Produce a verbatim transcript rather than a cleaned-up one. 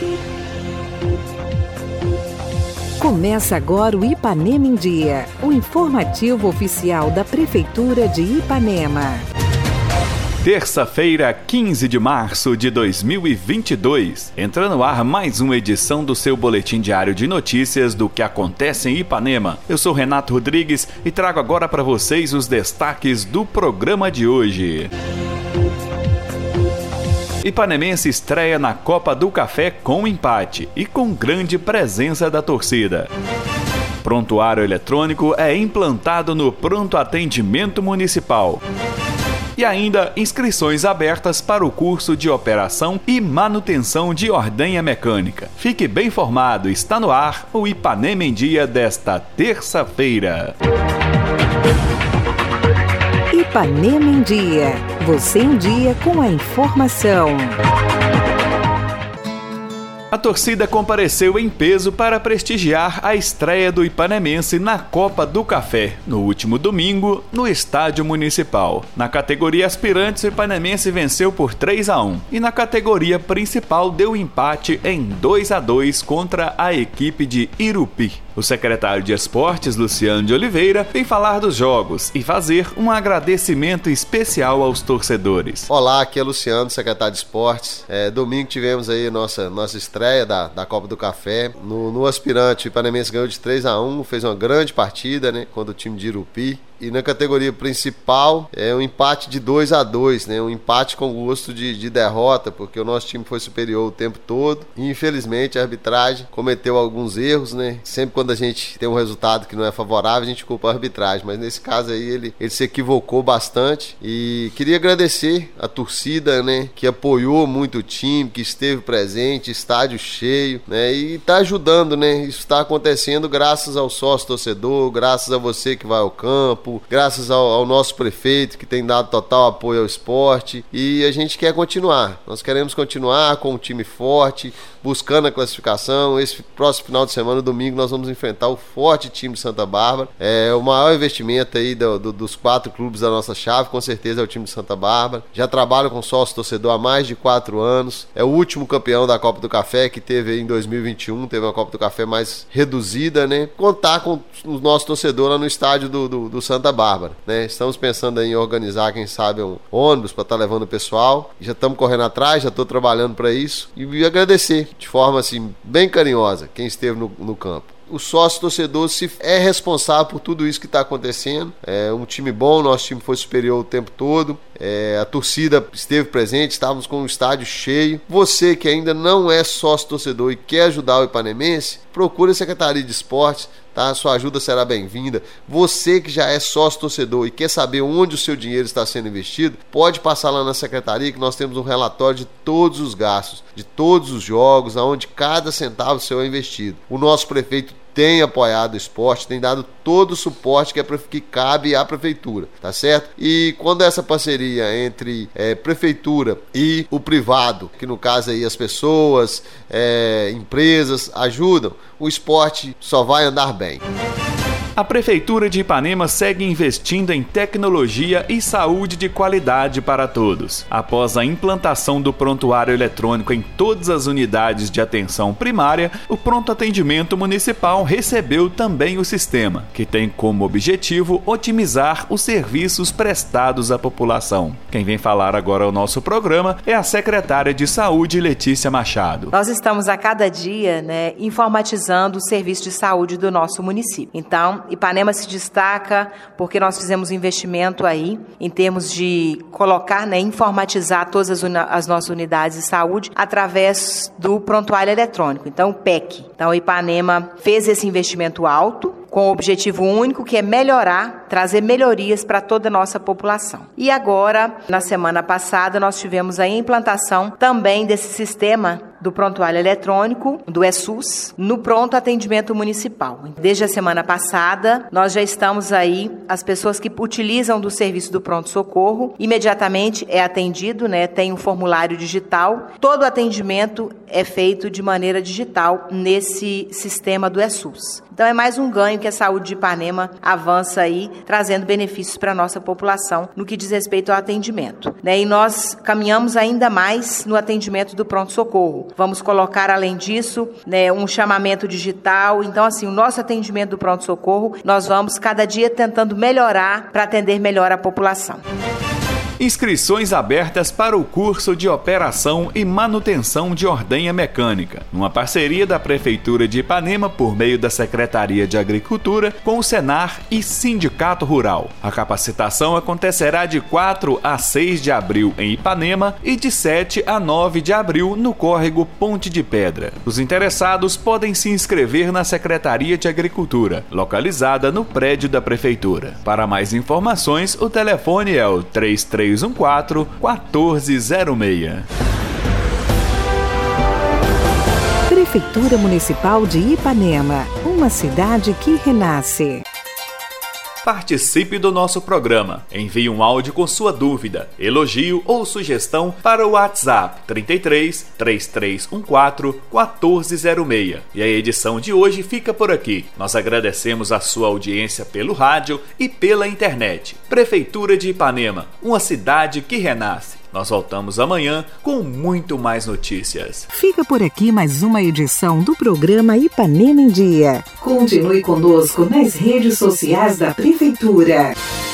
Começa agora o Ipanema em Dia, o informativo oficial da Prefeitura de Ipanema. Terça-feira, quinze de março de dois mil e vinte e dois. Entra no ar mais uma edição do seu boletim diário de notícias do que acontece em Ipanema. Eu sou Renato Rodrigues e trago agora para vocês os destaques do programa de hoje. Ipanemense estreia na Copa do Café com empate e com grande presença da torcida. Prontuário eletrônico é implantado no Pronto Atendimento Municipal. E ainda inscrições abertas para o curso de operação e manutenção de ordenha mecânica. Fique bem informado, está no ar o Ipanema em Dia desta terça-feira. Ipanema em Dia. Você em dia com a informação. A torcida compareceu em peso para prestigiar a estreia do ipanemense na Copa do Café, no último domingo, no Estádio Municipal. Na categoria aspirantes, o ipanemense venceu por três a um e na categoria principal deu empate em dois a dois contra a equipe de Irupi. O secretário de Esportes, Luciano de Oliveira, vem falar dos jogos e fazer um agradecimento especial aos torcedores. Olá, aqui é Luciano, secretário de Esportes. É, domingo tivemos aí nossa, nossa estreia da, da Copa do Café. No, no aspirante, o ipanemense ganhou de três a um, fez uma grande partida, né, contra o time de Irupi. E na categoria principal é um empate de dois a dois, né? Um empate com gosto de, de derrota, porque o nosso time foi superior o tempo todo. E infelizmente a arbitragem cometeu alguns erros, né? Sempre quando a gente tem um resultado que não é favorável, a gente culpa a arbitragem. Mas nesse caso aí ele, ele se equivocou bastante. E queria agradecer a torcida, né? Que apoiou muito o time, que esteve presente, estádio cheio, né? E tá ajudando, né? Isso está acontecendo graças ao sócio torcedor, graças a você que vai ao campo, graças ao, ao nosso prefeito que tem dado total apoio ao esporte, e a gente quer continuar, nós queremos continuar com um time forte, buscando a classificação. Esse próximo final de semana, domingo, nós vamos enfrentar o forte time de Santa Bárbara. É o maior investimento aí do, do, dos quatro clubes da nossa chave, com certeza é o time de Santa Bárbara. Já trabalho com sócio torcedor há mais de quatro anos, é o último campeão da Copa do Café, que teve aí em dois mil e vinte e um, teve uma Copa do Café mais reduzida, né? Contar com o nosso torcedor lá no estádio do, do, do Santa Bárbara, né? Estamos pensando em organizar, quem sabe, um ônibus para estar tá levando o pessoal. Já estamos correndo atrás, já estou trabalhando para isso. E agradecer de forma assim bem carinhosa quem esteve no, no campo. O sócio torcedor se é responsável por tudo isso que está acontecendo. É um time bom, nosso time foi superior o tempo todo. É, a torcida esteve presente, estávamos com o estádio cheio. Você que ainda não é sócio torcedor e quer ajudar o ipanemense, procure a Secretaria de Esportes, tá? Sua ajuda será bem-vinda. Você que já é sócio torcedor e quer saber onde o seu dinheiro está sendo investido, pode passar lá na secretaria que nós temos um relatório de todos os gastos, de todos os jogos, aonde cada centavo seu é investido. O nosso prefeito tem apoiado o esporte, tem dado todo o suporte que, é, que cabe à prefeitura, tá certo? E quando essa parceria entre é, prefeitura e o privado, que no caso aí as pessoas, é, empresas ajudam, o esporte só vai andar bem. A Prefeitura de Ipanema segue investindo em tecnologia e saúde de qualidade para todos. Após a implantação do prontuário eletrônico em todas as unidades de atenção primária, o Pronto Atendimento Municipal recebeu também o sistema, que tem como objetivo otimizar os serviços prestados à população. Quem vem falar agora ao nosso programa é a secretária de Saúde, Letícia Machado. Nós estamos a cada dia, né, informatizando o serviço de saúde do nosso município. Então, Ipanema se destaca porque nós fizemos um investimento aí em termos de colocar, né, informatizar todas as, as nossas unidades de saúde através do prontuário eletrônico, então o P E C. Então, Ipanema fez esse investimento alto, com o objetivo único, que é melhorar, trazer melhorias para toda a nossa população. E agora, na semana passada, nós tivemos a implantação também desse sistema do prontuário eletrônico, do ESUS, no Pronto Atendimento Municipal. Desde a semana passada, nós já estamos aí, as pessoas que utilizam do serviço do pronto-socorro, imediatamente é atendido, né? Tem um formulário digital, todo o atendimento é feito de maneira digital nesse sistema do ESUS. Então é mais um ganho que a saúde de Ipanema avança aí, trazendo benefícios para a nossa população no que diz respeito ao atendimento, né? E nós caminhamos ainda mais no atendimento do pronto-socorro. Vamos colocar, além disso, né, um chamamento digital. Então, assim, o nosso atendimento do pronto-socorro, nós vamos cada dia tentando melhorar para atender melhor a população. Inscrições abertas para o curso de Operação e Manutenção de Ordenha Mecânica, numa parceria da Prefeitura de Ipanema por meio da Secretaria de Agricultura com o Senar e Sindicato Rural. A capacitação acontecerá de quatro a seis de abril em Ipanema e de sete a nove de abril no córrego Ponte de Pedra. Os interessados podem se inscrever na Secretaria de Agricultura, localizada no prédio da Prefeitura. Para mais informações, o telefone é o três três um quatro, quatro zero seis. Prefeitura Municipal de Ipanema, uma cidade que renasce. Participe do nosso programa. Envie um áudio com sua dúvida, elogio ou sugestão para o WhatsApp trinta e três, três três um quatro, quatro zero seis. E a edição de hoje fica por aqui. Nós agradecemos a sua audiência pelo rádio e pela internet. Prefeitura de Ipanema, uma cidade que renasce. Nós voltamos amanhã com muito mais notícias. Fica por aqui mais uma edição do programa Ipanema em Dia. Continue conosco nas redes sociais da Prefeitura.